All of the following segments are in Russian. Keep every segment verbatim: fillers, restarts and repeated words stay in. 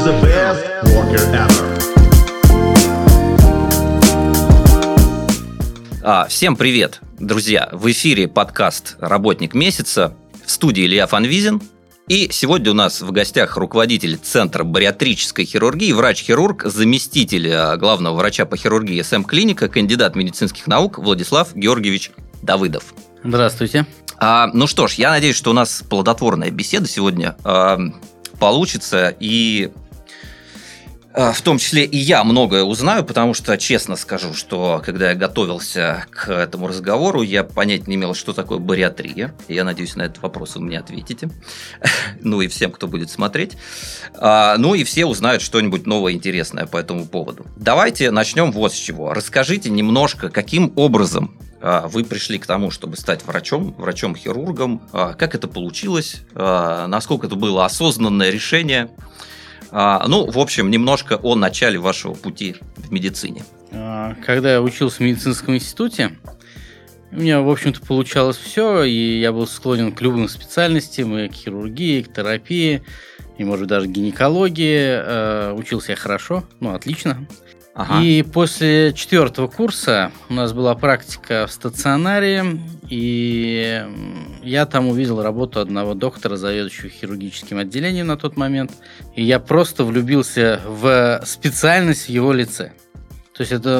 the best worker ever. А, всем привет, друзья! В эфире подкаст «Работник месяца», в студии Илья Фанвизин. И сегодня у нас в гостях руководитель Центра бариатрической хирургии, врач-хирург, заместитель главного врача по хирургии эс эм клиника, кандидат медицинских наук Владислав Георгиевич Давыдов. Здравствуйте. А, ну что ж, я надеюсь, что у нас плодотворная беседа сегодня а, получится, и а, в том числе и я многое узнаю, потому что, честно скажу, что когда я готовился к этому разговору, я понятия не имел, что такое бариатрия. Я надеюсь, на этот вопрос вы мне ответите. Ну и всем, кто будет смотреть. А, ну и все узнают что-нибудь новое интересное по этому поводу. Давайте начнем вот с чего. Расскажите немножко, каким образом вы пришли к тому, чтобы стать врачом, врачом-хирургом. Как это получилось? Насколько это было осознанное решение? Ну, в общем, немножко о начале вашего пути в медицине. Когда я учился в медицинском институте, у меня, в общем-то, получалось все, и я был склонен к любым специальностям, и к хирургии, и к терапии, и, может, даже к гинекологии. Учился я хорошо, ну, отлично. Ага. И после четвертого курса у нас была практика в стационаре, и я там увидел работу одного доктора, заведующего хирургическим отделением на тот момент, и я просто влюбился в специальность в его лице. То есть это,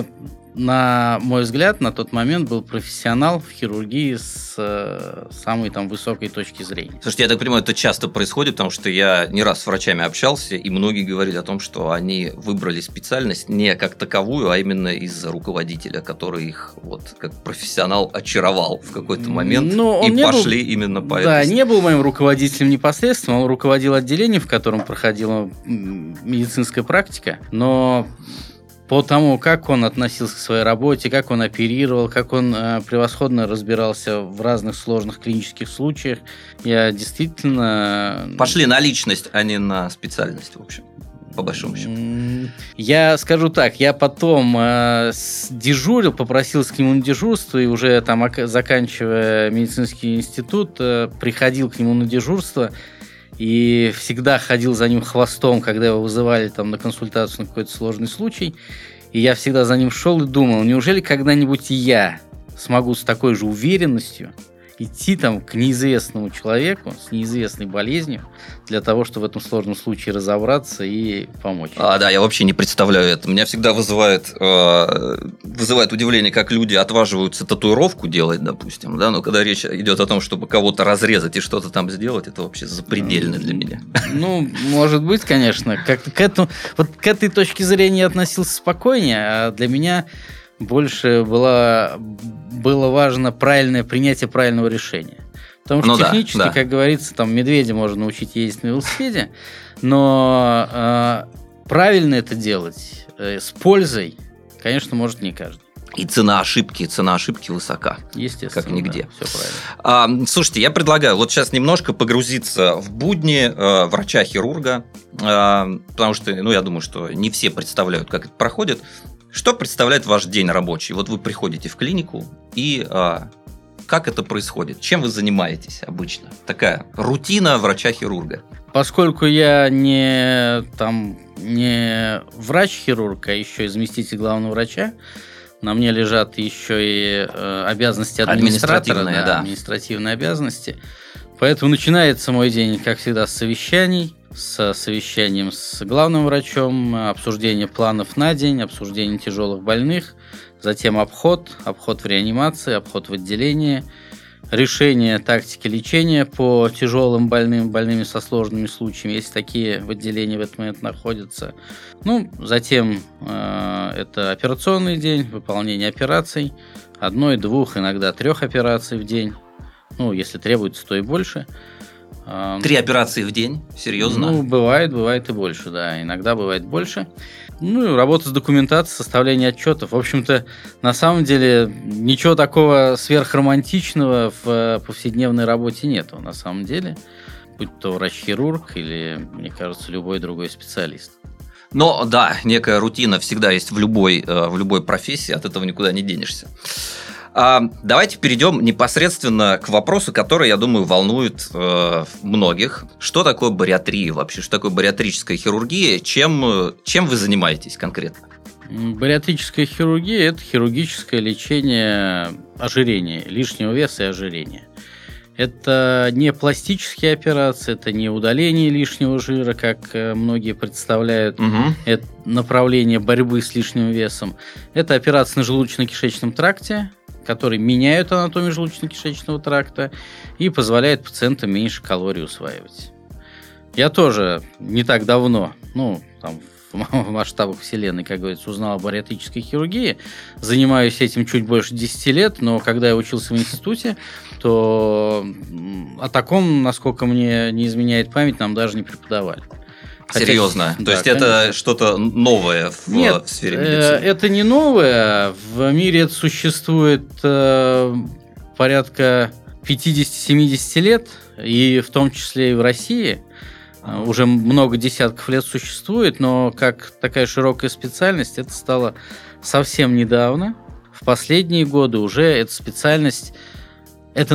на мой взгляд, на тот момент был профессионал в хирургии с э, самой там высокой точки зрения. Слушайте, я так понимаю, это часто происходит, потому что я не раз с врачами общался, и многие говорили о том, что они выбрали специальность не как таковую, а именно из-за руководителя, который их вот как профессионал очаровал в какой-то момент, ну, и пошли был, именно по да, этой... не был моим руководителем непосредственно, он руководил отделением, в котором проходила медицинская практика, но... По тому, как он относился к своей работе, как он оперировал, как он э, превосходно разбирался в разных сложных клинических случаях, я действительно... Пошли на личность, а не на специальность, в общем, по большому счету. Я скажу так, я потом э, дежурил, попросился к нему на дежурство, и уже там, заканчивая медицинский институт, э, приходил к нему на дежурство, и всегда ходил за ним хвостом, когда его вызывали там на консультацию на какой-то сложный случай. И я всегда за ним шел и думал, неужели когда-нибудь и я смогу с такой же уверенностью идти там к неизвестному человеку с неизвестной болезнью для того, чтобы в этом сложном случае разобраться и помочь. А, да, я вообще не представляю это. Меня всегда вызывает, э, вызывает удивление, как люди отваживаются татуировку делать, допустим, да, но когда речь идет о том, чтобы кого-то разрезать и что-то там сделать, это вообще запредельно для меня. Ну, может быть, конечно. Как к этому, вот к этой точке зрения я относился спокойнее, а для меня больше было, было важно правильное принятие правильного решения. Потому что ну технически, да, да. как говорится, там медведя можно научить ездить на велосипеде, но э, правильно это делать э, с пользой, конечно, может не каждый. И цена ошибки, цена ошибки высока. Естественно, как нигде. Да, все правильно. А, слушайте, я предлагаю вот сейчас немножко погрузиться в будни э, врача-хирурга, э, потому что, ну, я думаю, что не все представляют, как это проходит. Что представляет ваш день рабочий? Вот вы приходите в клинику, и а, как это происходит? Чем вы занимаетесь обычно? Такая рутина врача-хирурга. Поскольку я не, там, не врач-хирург, а еще и заместитель главного врача, на мне лежат еще и э, обязанности администратора, административные, да, да. административные обязанности. Поэтому начинается мой день, как всегда, с совещаний. С совещанием с главным врачом, обсуждение планов на день, обсуждение тяжелых больных, затем обход, обход в реанимации, обход в отделении, решение тактики лечения по тяжелым больным, больными со сложными случаями, если такие в отделении в этот момент находятся. Ну, затем э, это операционный день, выполнение операций, одной, двух, иногда трех операций в день, ну, если требуется, то и больше. Три операции в день? Серьезно? Ну, бывает, бывает и больше, да. Иногда бывает больше. Ну, и работа с документацией, составление отчетов. В общем-то, на самом деле, ничего такого сверхромантичного в повседневной работе нету, на самом деле. Будь то врач-хирург или, мне кажется, любой другой специалист. Но, да, некая рутина всегда есть в любой, в любой профессии, от этого никуда не денешься. А, давайте перейдем непосредственно к вопросу, который, я думаю, волнует э, многих. Что такое бариатрия вообще? Что такое бариатрическая хирургия? Чем, чем вы занимаетесь конкретно? Бариатрическая хирургия – это хирургическое лечение ожирения, лишнего веса и ожирения. Это не пластические операции, это не удаление лишнего жира, как многие представляют. Угу. Это направление борьбы с лишним весом. Это операции на желудочно-кишечном тракте, которые меняют анатомию желудочно-кишечного тракта и позволяют пациентам меньше калорий усваивать. Я тоже не так давно, ну, там, в масштабах вселенной, как говорится, узнал о бариатрической хирургии. Занимаюсь этим чуть больше десяти лет, но когда я учился в институте, то о таком, насколько мне не изменяет память, нам даже не преподавали. Хотя, серьезно? Да, то есть конечно. Это что-то новое в, Нет, в сфере медицины? Это не новое. В мире это существует э, порядка пятьдесят-семьдесят лет, и в том числе и в России. Уже много десятков лет существует, но как такая широкая специальность это стало совсем недавно. В последние годы уже эта специальность, это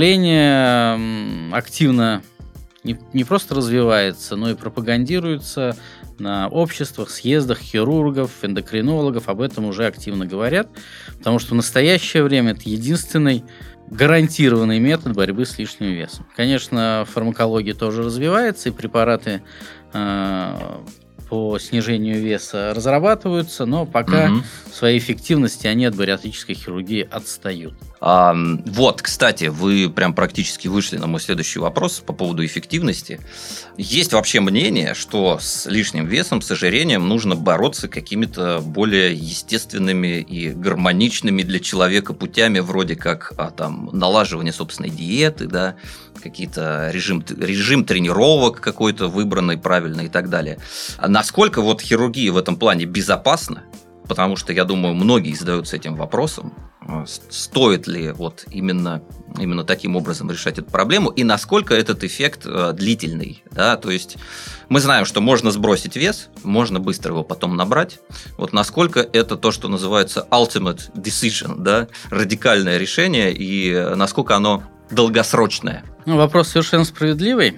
направление активно не, не просто развивается, но и пропагандируется на обществах, съездах хирургов, эндокринологов. Об этом уже активно говорят, потому что в настоящее время это единственный гарантированный метод борьбы с лишним весом. Конечно, фармакология тоже развивается, и препараты э, по снижению веса разрабатываются, но пока угу. в своей эффективности они от бариатрической хирургии отстают. А, вот, кстати, вы прям практически вышли на мой следующий вопрос по поводу эффективности. Есть вообще мнение, что с лишним весом, с ожирением нужно бороться какими-то более естественными и гармоничными для человека путями, вроде как а, там, налаживание собственной диеты, да, какие-то режим, режим тренировок какой-то выбранный, правильный и так далее. А насколько вот хирургия в этом плане безопасна? Потому что, я думаю, многие задаются этим вопросом, стоит ли вот именно, именно таким образом решать эту проблему, и насколько этот эффект длительный. Да? То есть мы знаем, что можно сбросить вес, можно быстро его потом набрать. Вот насколько это то, что называется ultimate decision, да? Радикальное решение, и насколько оно долгосрочное. Ну, вопрос совершенно справедливый.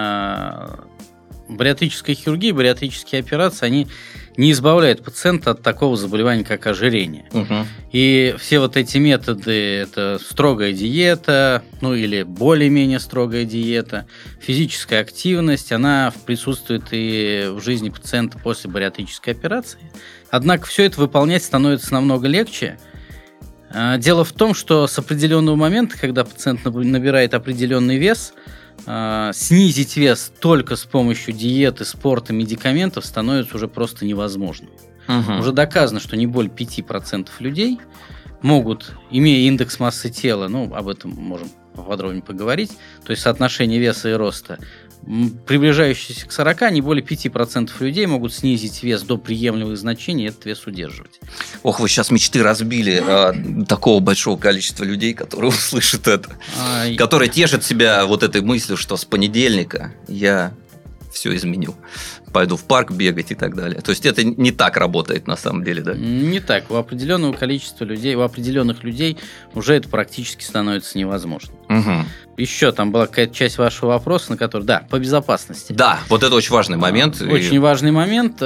Бариатрическая хирургия, бариатрические операции, они не избавляют пациента от такого заболевания, как ожирение. Угу. И все вот эти методы, это строгая диета, ну или более-менее строгая диета, физическая активность, она присутствует и в жизни пациента после бариатрической операции. Однако все это выполнять становится намного легче. Дело в том, что с определенного момента, когда пациент набирает определенный вес, снизить вес только с помощью диеты, спорта, медикаментов становится уже просто невозможным. Угу. Уже доказано, что не более пять процентов людей могут, имея индекс массы тела, ну, об этом можем поподробнее поговорить, то есть соотношение веса и роста, приближающиеся к сорока, не более пять процентов людей могут снизить вес до приемлемых значений и этот вес удерживать. Ох, вы сейчас мечты разбили а, такого большого количества людей, которые услышат это, а, которые тешат себя вот этой мыслью, что с понедельника я все изменю. Пойду в парк бегать и так далее. То есть это не так работает на самом деле, да? Не так. У определенного количества людей, у определенных людей уже это практически становится невозможно. Угу. Еще там была какая-то часть вашего вопроса, на который, да, по безопасности. Да, вот это очень важный момент. Очень и... важный момент.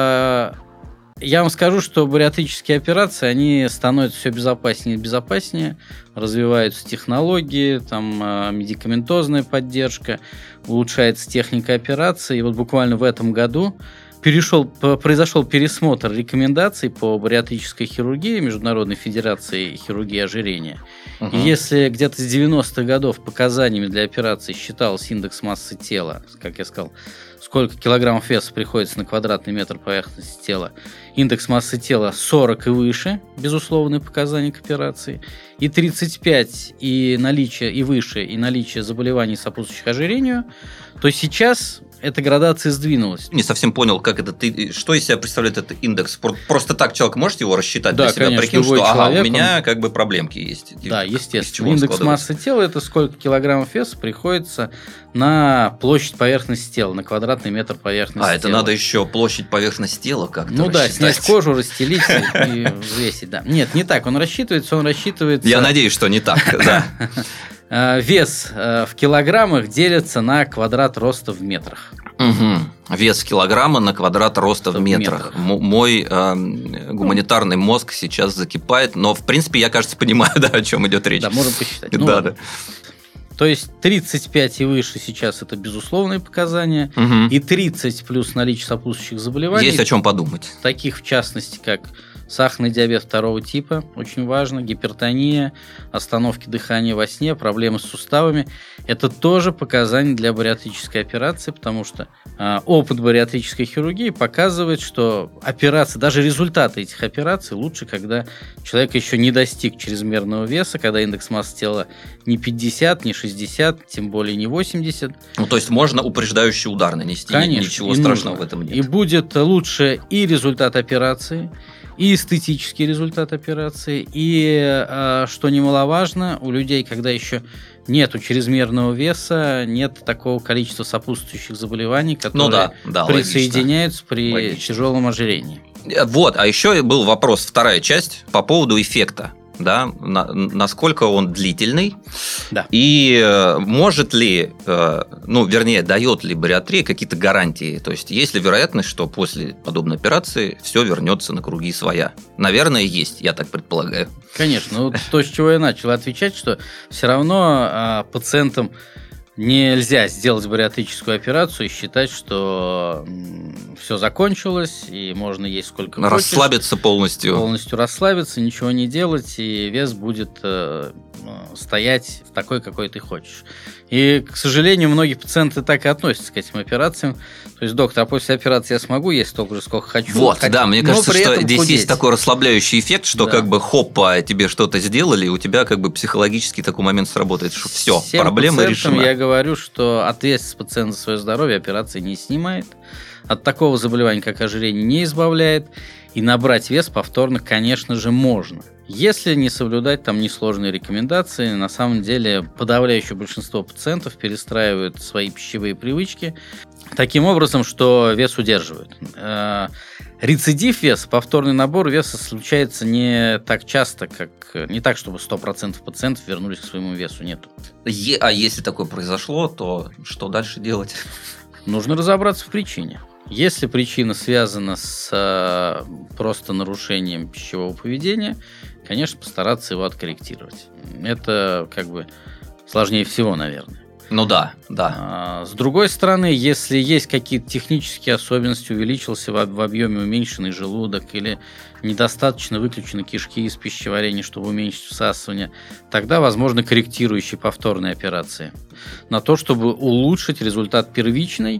Я вам скажу, что бариатрические операции, они становятся все безопаснее и безопаснее, развиваются технологии, там медикаментозная поддержка, улучшается техника операции. И вот буквально в этом году перешел, произошел пересмотр рекомендаций по бариатрической хирургии Международной Федерации хирургии ожирения. Uh-huh. И если где-то с девяностых годов показаниями для операции считался индекс массы тела, как я сказал, сколько килограммов веса приходится на квадратный метр поверхности тела, индекс массы тела сорок и выше, безусловные показания к операции, и тридцать пять и наличие и выше, и наличие заболеваний, сопутствующих ожирению, то сейчас эта градация сдвинулась. Не совсем понял, как это ты, что из себя представляет этот индекс? Просто так человек может его рассчитать Да, для себя, конечно, прикинь, что любой ага, человек, у меня он- как бы проблемки есть. Да, Из чего естественно. он Индекс складывается? массы тела – это сколько килограммов веса приходится на площадь поверхности тела, на квадратный метр поверхности А, это тела. надо еще площадь поверхности тела как-то Ну да, рассчитать. снять кожу, расстелить и и взвесить, да. Нет, не так, он рассчитывается, он рассчитывается... Я надеюсь, что не так, да. э, Вес э, в килограммах делится на квадрат роста в метрах. Мгм. Вес килограмма на квадрат роста в В метрах. метрах. М- Мой э, гуманитарный мозг сейчас закипает, но в принципе я, кажется, понимаю, да, о чем идет речь. Да, можем посчитать. Ну, Да, ладно. да. То есть тридцать пять и выше сейчас это безусловные показания, Мгм. и тридцать плюс наличие сопутствующих заболеваний, Есть о чем подумать. таких в частности, как сахарный диабет второго типа, очень важно, гипертония, остановки дыхания во сне, проблемы с суставами. Это тоже показания для бариатрической операции, потому что а, опыт бариатрической хирургии показывает, что операции, даже результаты этих операций лучше, когда человек еще не достиг чрезмерного веса, когда индекс массы тела не пятьдесят, не шестьдесят, тем более не восемьдесят. Ну, то есть можно упреждающий удар нанести, Конечно, ничего и страшного нужно. в этом И нет. будет лучше и результат операции, и эстетический результат операции, и, э, что немаловажно, у людей, когда еще нету чрезмерного веса, нет такого количества сопутствующих заболеваний, которые Ну да, да, логично. присоединяются при Логично. тяжелом ожирении. Э, Вот, а еще был вопрос, вторая часть, по поводу эффекта. Да, на- насколько он длительный, Да. и э, может ли, э, ну, вернее, дает ли бариатрия какие-то гарантии, то есть есть ли вероятность, что после подобной операции все вернется на круги своя? Наверное, есть, я так предполагаю. Конечно, вот то, с чего я начал отвечать, что все равно а, пациентам нельзя сделать бариатрическую операцию и считать, что все закончилось, и можно есть сколько хочешь. Расслабиться полностью. Полностью расслабиться, ничего не делать, и вес будет э, стоять в такой, какой ты хочешь. И, к сожалению, многие пациенты так и относятся к этим операциям. То есть, доктор, а после операции я смогу есть столько же, сколько хочу? Вот, хочу, да, мне но кажется, при что этом здесь худеть. есть такой расслабляющий эффект, что Да. как бы хопа, тебе что-то сделали, и у тебя как бы психологический такой момент сработает, что все, Всем проблема пациентам решена. я говорю, что ответственность пациента за свое здоровье операции не снимает, от такого заболевания, как ожирение, не избавляет, и набрать вес повторно, конечно же, можно. Если не соблюдать там несложные рекомендации, на самом деле подавляющее большинство пациентов перестраивают свои пищевые привычки таким образом, что вес удерживают. Э, Рецидив веса, повторный набор веса случается не так часто, как не так, чтобы сто процентов пациентов вернулись к своему весу, нету. Е- а если такое произошло, то что дальше делать? Нужно разобраться в причине. Если причина связана с э, просто нарушением пищевого поведения, конечно, постараться его откорректировать. Это как бы сложнее всего, наверное. Ну да, да. А, с другой стороны, если есть какие-то технические особенности, увеличился в, об- в объеме уменьшенный желудок или недостаточно выключены кишки из пищеварения, чтобы уменьшить всасывание, тогда возможны корректирующие повторные операции на то, чтобы улучшить результат первичный,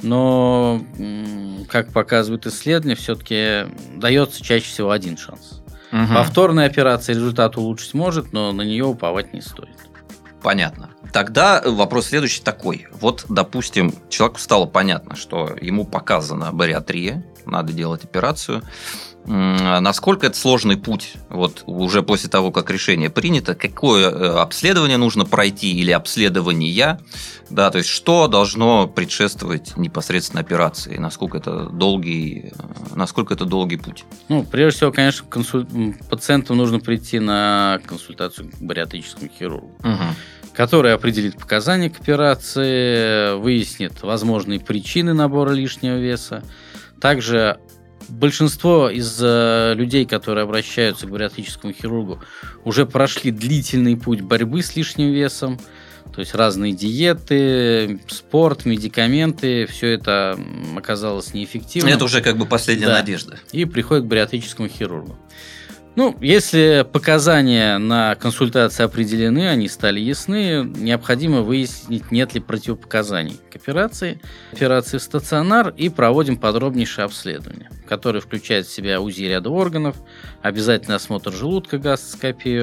но, м, как показывают исследования, все-таки дается чаще всего один шанс. Мгм. Повторная операция результат улучшить может, но на нее уповать не стоит. Понятно. Тогда вопрос следующий такой. Вот, допустим, человеку стало понятно, что ему показана бариатрия, надо делать операцию. М, Насколько это сложный путь, вот уже после того, как решение принято, какое э, обследование нужно пройти или обследования, да, то есть что должно предшествовать непосредственно операции, насколько это долгий, э, насколько это долгий путь. Ну, прежде всего, конечно, консуль... м, пациенту нужно прийти на консультацию к бариатрическому хирургу, Мгм. который определит показания к операции, выяснит возможные причины набора лишнего веса. Также большинство из э, людей, которые обращаются к бариатрическому хирургу, уже прошли длительный путь борьбы с лишним весом. То есть разные диеты, спорт, медикаменты, все это м, оказалось неэффективным. Это уже как бы последняя Да. надежда. И приходит к бариатрическому хирургу. Ну, если показания на консультации определены, они стали ясны, необходимо выяснить, нет ли противопоказаний к операции. Операции в стационар и проводим подробнейшее обследование, которое включает в себя УЗИ ряда органов, обязательный осмотр желудка, гастроскопию,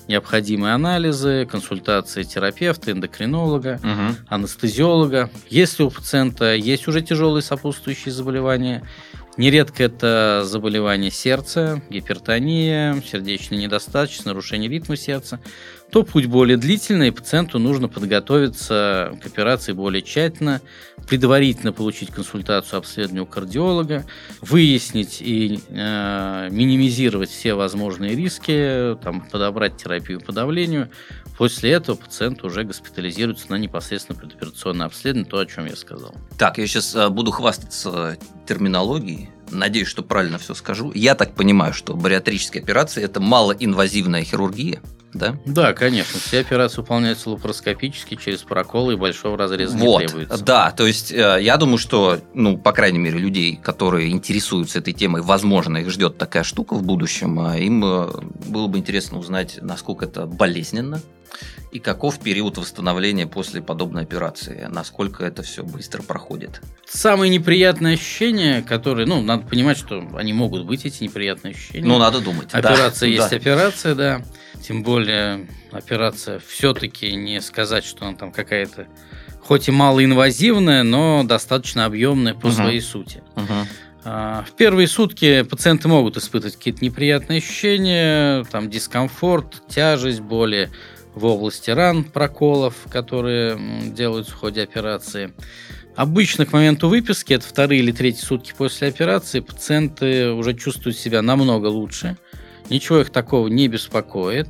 необходимые анализы, консультации терапевта, эндокринолога, Мгм. анестезиолога. Если у пациента есть уже тяжелые сопутствующие заболевания, нередко это заболевание сердца, гипертония, сердечная недостаточность, нарушение ритма сердца, то путь более длительный, и пациенту нужно подготовиться к операции более тщательно, предварительно получить консультацию, обследование у кардиолога, выяснить и э, минимизировать все возможные риски, там, подобрать терапию по давлению. После этого пациент уже госпитализируется на непосредственно предоперационное обследование, то, о чем я сказал. Так, я сейчас буду хвастаться терминологией. Надеюсь, что правильно все скажу. Я так понимаю, что бариатрические операции – это малоинвазивная хирургия, да? Да, конечно. Все операции выполняются лапароскопически, через проколы, и большого разреза Вот, не требуется. да, то есть э, я думаю, что, ну, по крайней мере, людей, которые интересуются этой темой, возможно, их ждет такая штука в будущем, а им э, было бы интересно узнать, насколько это болезненно и каков период восстановления после подобной операции, насколько это все быстро проходит. Самые неприятные ощущения, которые, ну, надо понимать, что они могут быть, эти неприятные ощущения. Ну, надо думать. Операция да, есть да. операция, да. Тем более операция все-таки не сказать, что она там какая-то, хоть и малоинвазивная, но достаточно объемная по Мгм. своей сути. Мгм. А, В первые сутки пациенты могут испытывать какие-то неприятные ощущения, там дискомфорт, тяжесть, боли в области ран, проколов, которые м, делаются в ходе операции. Обычно к моменту выписки, это вторые или третьи сутки после операции, пациенты уже чувствуют себя намного лучше, ничего их такого не беспокоит,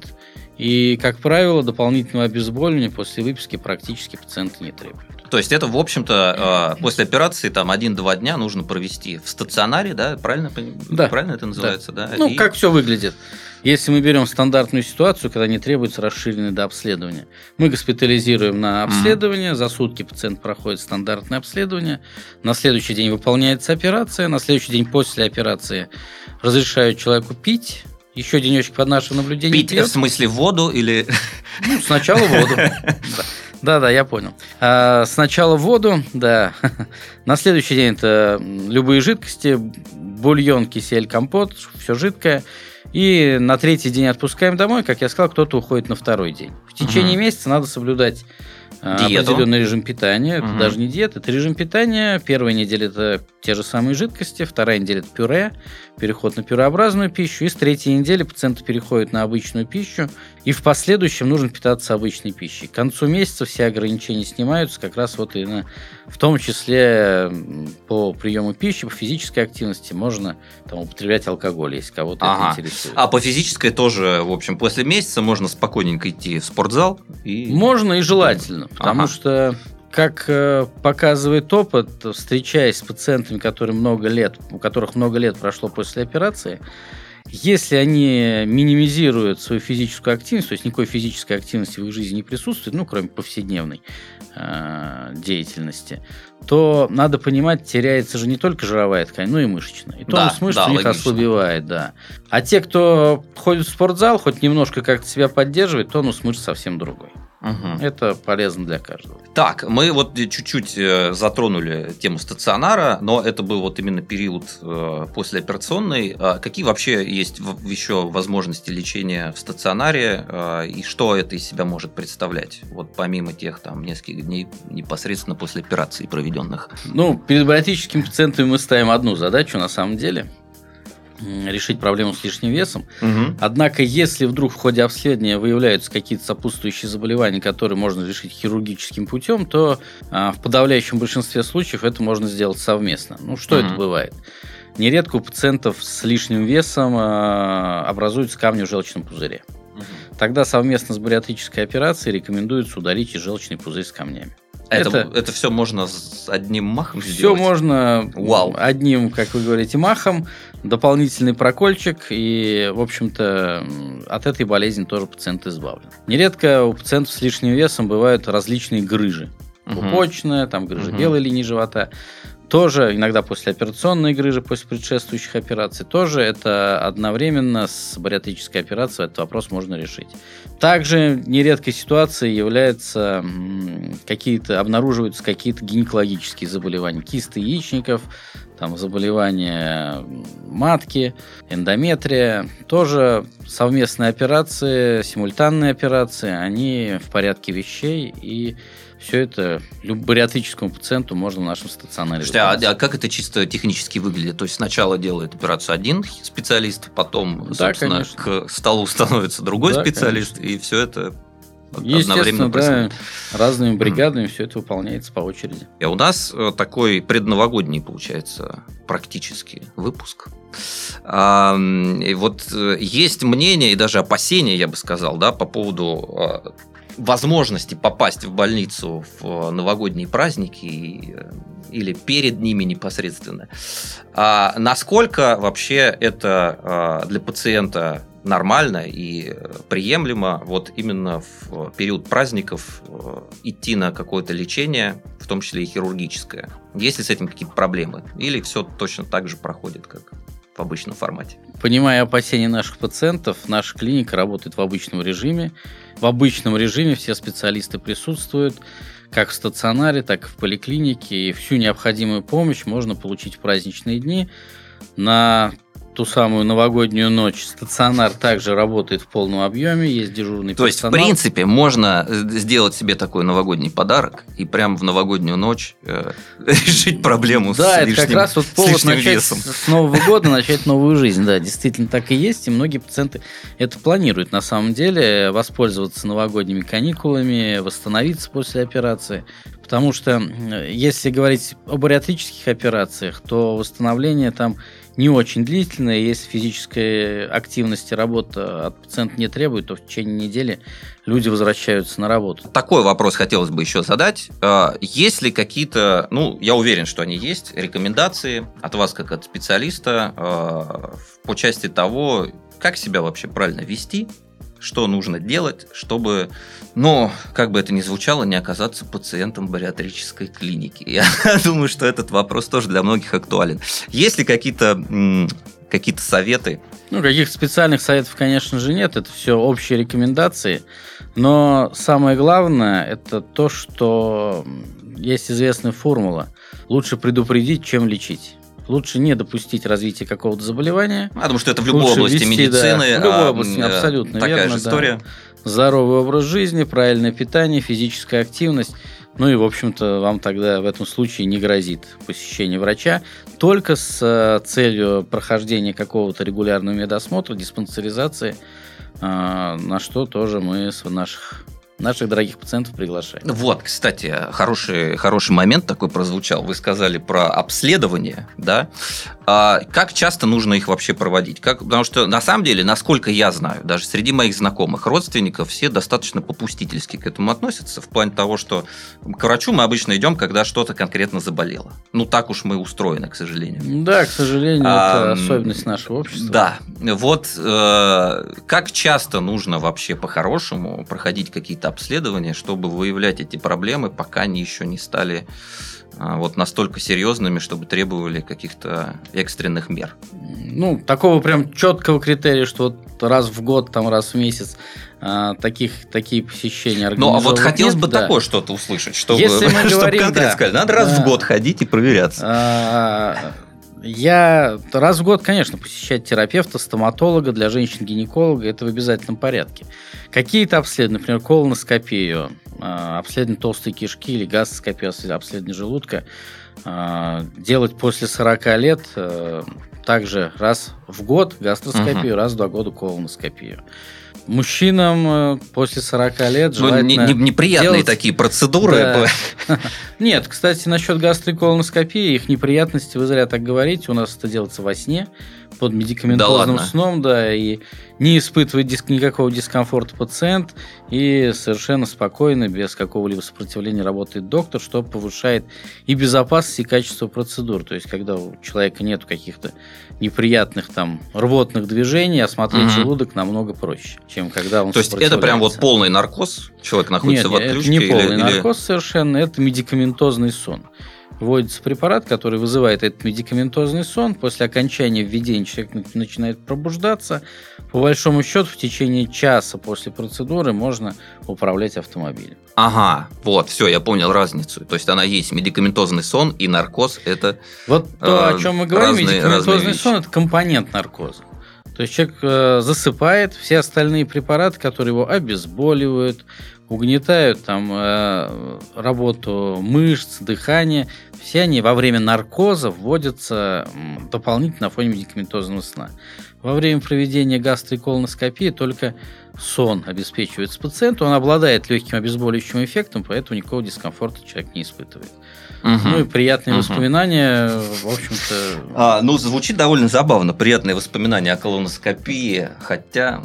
и, как правило, дополнительного обезболивания после выписки практически пациенты не требуют. То есть это, в общем-то, э, после операции там один-два дня нужно провести в стационаре, да? Правильно, пон- Да. Правильно это называется, да? Ну, И- как все выглядит? Если мы берем стандартную ситуацию, когда не требуется расширенное дообследование, мы госпитализируем на обследование, за сутки пациент проходит стандартное обследование, на следующий день выполняется операция, на следующий день после операции разрешают человеку пить, еще денечек под наше наблюдение Пить пьет. в смысле воду или... Ну, сначала воду. Да, да, я понял. А, сначала воду, да. На следующий день это любые жидкости, бульон, кисель, компот, все жидкое. И на третий день отпускаем домой, как я сказал, кто-то уходит на второй день. В течение Мгм. месяца надо соблюдать а, Диету. определенный режим питания. Это Мгм. даже не диета, это режим питания. Первая неделя это те же самые жидкости, вторая неделя это пюре, переход на пюреобразную пищу. И с третьей недели пациенты переходят на обычную пищу. И в последующем нужно питаться обычной пищей. К концу месяца все ограничения снимаются, как раз вот и на, в том числе м, по приему пищи, по физической активности можно там, употреблять алкоголь, если кого-то Ага. это интересует. А по физической тоже, в общем, после месяца можно спокойненько идти в спортзал и... Можно и желательно, потому Ага. что, как э, показывает опыт, встречаясь с пациентами, которые много лет, у которых много лет прошло после операции, если они минимизируют свою физическую активность, то есть никакой физической активности в их жизни не присутствует, ну, кроме повседневной э, деятельности, то надо понимать, теряется же не только жировая ткань, но и мышечная. И Да, тонус мышц да, у них логично. ослабевает, да. А те, кто ходит в спортзал, хоть немножко как-то себя поддерживает, тонус мышц совсем другой. Мгм. Это полезно для каждого. Так, мы вот чуть-чуть э, затронули тему стационара, но это был вот именно период э, послеоперационный. А какие вообще есть в- еще возможности лечения в стационаре э, и что это из себя может представлять? Вот помимо тех там нескольких дней непосредственно после операции проведенных. Ну, перед бариатрическими пациентами мы ставим одну задачу на самом деле – решить проблему с лишним весом. Однако, если вдруг в ходе обследования выявляются какие-то сопутствующие заболевания, которые можно решить хирургическим путем, то а, в подавляющем большинстве случаев это можно сделать совместно. Ну, что Мгм. это бывает? Нередко у пациентов с лишним весом а, образуются камни в желчном пузыре. Тогда совместно с бариатрической операцией рекомендуется удалить и желчный пузырь с камнями. Это, Это- это все можно с одним махом Все сделать? можно Вау. одним, как вы говорите, махом, дополнительный прокольчик, и, в общем-то, от этой болезни тоже пациент избавлен. Нередко у пациентов с лишним весом бывают различные грыжи. Мгм. Пупочная, там грыжа Мгм. белой линии живота. Тоже иногда послеоперационные грыжи, после предшествующих операций. Тоже это одновременно с бариатрической операцией этот вопрос можно решить. Также нередкой ситуацией является какие-то, обнаруживаются какие-то гинекологические заболевания, кисты яичников, там, заболевания матки, эндометрия. Тоже совместные операции, симультанные операции, они в порядке вещей, и все это бариатрическому пациенту можно в нашем стационаре. Слушайте, а, а как это чисто технически выглядит? То есть сначала делает операцию один специалист, потом, да, собственно, конечно, к столу становится другой, да, специалист, конечно, и все это одновременно происходит. Да, разными бригадами mm. все это выполняется по очереди. И у нас такой предновогодний, получается, практически выпуск. А, и вот есть мнение и даже опасения, я бы сказал, да, по поводу возможности попасть в больницу в новогодние праздники или перед ними непосредственно. А насколько вообще это для пациента нормально и приемлемо вот именно в период праздников идти на какое-то лечение, в том числе и хирургическое? Есть ли с этим какие-то проблемы? Или все точно так же проходит, как в обычном формате? Понимая опасения наших пациентов, наша клиника работает в обычном режиме. В обычном режиме все специалисты присутствуют, как в стационаре, так и в поликлинике. И всю необходимую помощь можно получить в праздничные дни. На ту самую новогоднюю ночь стационар также работает в полном объеме, есть дежурный То персонал. То есть, в принципе, можно сделать себе такой новогодний подарок и прямо в новогоднюю ночь э, решить проблему да, с лишним, это как раз вот повод начать весом. С Нового года начать новую жизнь. Да, действительно так и есть, и многие пациенты это планируют на самом деле, воспользоваться новогодними каникулами, восстановиться после операции. Потому что если говорить о бариатрических операциях, то восстановление там не очень длительная. Если физической активности работа от пациента не требует, то в течение недели люди возвращаются на работу. Такой вопрос хотелось бы еще задать. Есть ли какие-то, ну, я уверен, что они есть, рекомендации от вас, как от специалиста, по части того, как себя вообще правильно вести, что нужно делать, чтобы, ну, как бы это ни звучало, не оказаться пациентом бариатрической клиники. Я думаю, что этот вопрос тоже для многих актуален. Есть ли какие-то, какие-то советы? Ну, каких-то специальных советов, конечно же, нет. Это все общие рекомендации. Но самое главное, это то, что есть известная формула. Лучше предупредить, чем лечить. Лучше не допустить развития какого-то заболевания. Я думаю, что это в любой Лучше области вести, медицины. Да, в любой области, а, абсолютно такая верно. же история. Да. Здоровый образ жизни, правильное питание, физическая активность. Ну и, в общем-то, вам тогда в этом случае не грозит посещение врача. Только с целью прохождения какого-то регулярного медосмотра, диспансеризации, на что тоже мы с наших... наших дорогих пациентов приглашаем. Вот, кстати, хороший, хороший момент такой прозвучал. Вы сказали про обследование, да? А как часто нужно их вообще проводить? Как, потому что, на самом деле, насколько я знаю, даже среди моих знакомых родственников все достаточно попустительски к этому относятся, в плане того, что к врачу мы обычно идем, когда что-то конкретно заболело. Ну, так уж мы устроены, к сожалению. Да, к сожалению, а, это особенность нашего общества. Да. Вот э, как часто нужно вообще по-хорошему проходить какие-то обследования, чтобы выявлять эти проблемы, пока они еще не стали а, вот настолько серьезными, чтобы требовали каких-то экстренных мер? Ну, такого прям четкого критерия, что вот раз в год, там раз в месяц а, таких, такие посещения организовывать. Ну, а вот хотелось нет, бы да. такое что-то услышать, чтобы, Если мы чтобы говорим, конкретно да, сказали, надо раз да, в год ходить и проверяться. А, Я раз в год, конечно, посещать терапевта, стоматолога, для женщин-гинеколога, это в обязательном порядке. Какие-то обследования, например, колоноскопию, обследование толстой кишки или гастроскопию, обследование желудка, делать после сорока лет также раз в год гастроскопию, угу. раз в два года колоноскопию. Мужчинам после сорока лет желательно... Ну, не, неприятные делать... такие процедуры. Да. Нет, кстати, насчет гастроколоноскопии, их неприятности, вы зря так говорите, у нас это делается во сне, под медикаментозным да сном, да, и не испытывает диск, никакого дискомфорта пациент, и совершенно спокойно, без какого-либо сопротивления работает доктор, что повышает и безопасность, и качество процедур. То есть, когда у человека нет каких-то неприятных там рвотных движений, осмотреть угу. желудок намного проще, чем когда он То есть, это прям вот полный наркоз? Человек находится нет, в отключке? Нет, это не полный или, наркоз или... совершенно, это медикаментозный сон. вводится препарат, который вызывает этот медикаментозный сон. После окончания введения человек начинает пробуждаться. По большому счету, в течение часа после процедуры можно управлять автомобилем. Ага, вот, все, я понял разницу. То есть она есть, медикаментозный сон и наркоз – это Вот то, э, о чем мы говорим, разные, медикаментозный разные сон – это компонент наркоза. То есть человек э, засыпает, все остальные препараты, которые его обезболивают, угнетают там, э, работу мышц, дыхание, все они во время наркоза вводятся дополнительно на фоне медикаментозного сна. Во время проведения гастроиколоноскопии только сон обеспечивается пациенту, он обладает легким обезболивающим эффектом, поэтому никакого дискомфорта человек не испытывает. Угу. Ну и приятные угу. воспоминания, в общем-то... А, ну, звучит довольно забавно, приятные воспоминания о колоноскопии, хотя...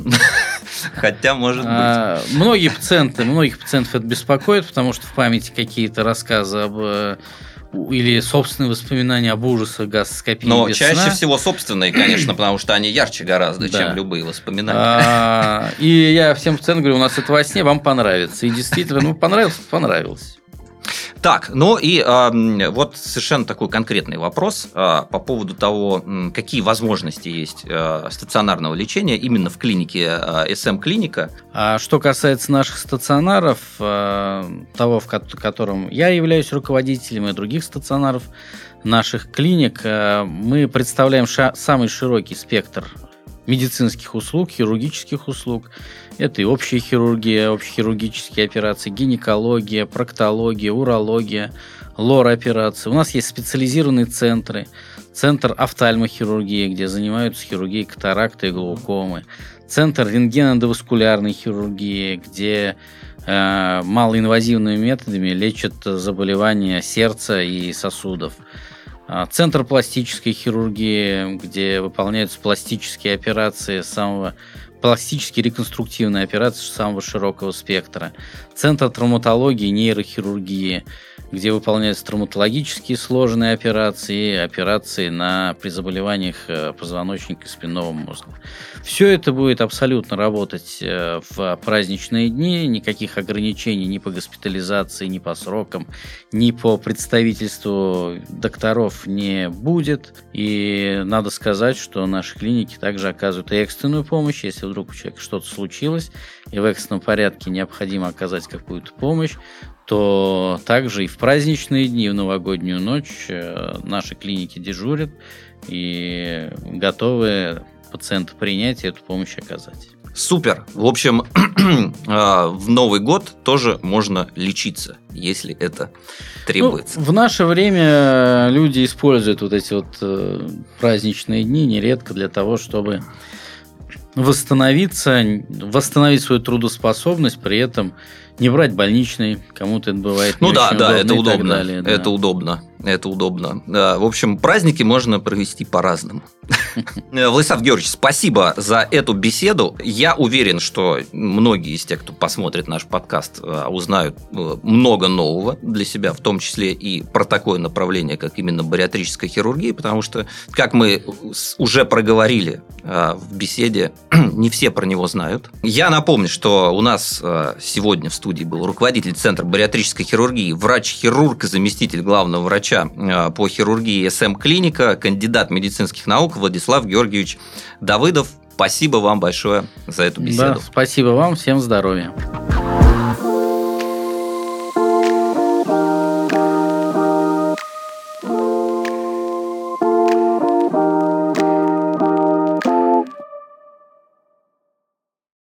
Хотя, может быть... А, многие пациенты, многих пациентов это беспокоит, потому что в памяти какие-то рассказы об... или собственные воспоминания об ужасах гастроскопии. Но без чаще сна. всего собственные, конечно, потому что они ярче гораздо, да. чем любые воспоминания. А, и я всем пациентам говорю, у нас это во сне, вам понравится. И действительно, ну, понравилось, понравилось. Так, ну и э, вот совершенно такой конкретный вопрос э, по поводу того, какие возможности есть э, стационарного лечения именно в клинике э, эс эм-клиника. А что касается наших стационаров, э, того, в котором я являюсь руководителем, и других стационаров наших клиник, э, мы представляем ша- самый широкий спектр медицинских услуг, хирургических услуг. Это и общая хирургия, общехирургические операции, гинекология, проктология, урология, лор-операции. У нас есть специализированные центры. Центр офтальмохирургии, где занимаются хирургией катаракты и глаукомы. Центр рентгеноваскулярной хирургии, где э, малоинвазивными методами лечат заболевания сердца и сосудов. Центр пластической хирургии, где выполняются пластические операции самого пластические реконструктивные операции самого широкого спектра. Центр травматологии и нейрохирургии, где выполняются травматологические сложные операции и операции на, при заболеваниях позвоночника и спинного мозга. Все это будет абсолютно работать в праздничные дни, никаких ограничений ни по госпитализации, ни по срокам, ни по представительству докторов не будет. И надо сказать, что наши клиники также оказывают и экстренную помощь, если вдруг у человека что-то случилось, и в экстренном порядке необходимо оказать какую-то помощь, то также и в праздничные дни, и в новогоднюю ночь наши клиники дежурят и готовы пациента принять и эту помощь оказать. Супер. В общем, в Новый год тоже можно лечиться, если это требуется. Ну, в наше время люди используют вот эти вот праздничные дни нередко для того, чтобы восстановиться, восстановить свою трудоспособность, при этом не брать больничный, кому-то это бывает ну не да, очень да, удобно это и удобно, так далее, да. это удобно, это удобно. Да, в общем, праздники можно провести по-разному. Владислав Георгиевич, спасибо за эту беседу. Я уверен, что многие из тех, кто посмотрит наш подкаст, узнают много нового для себя, в том числе и про такое направление, как именно бариатрическая хирургия, потому что, как мы уже проговорили в беседе, не все про него знают. Я напомню, что у нас сегодня в студии был руководитель Центра бариатрической хирургии, врач-хирург, заместитель главного врача по хирургии эс эм-клиника, кандидат медицинских наук Владислав Георгиевич Давыдов. Спасибо вам большое за эту беседу. Да, спасибо вам, всем здоровья.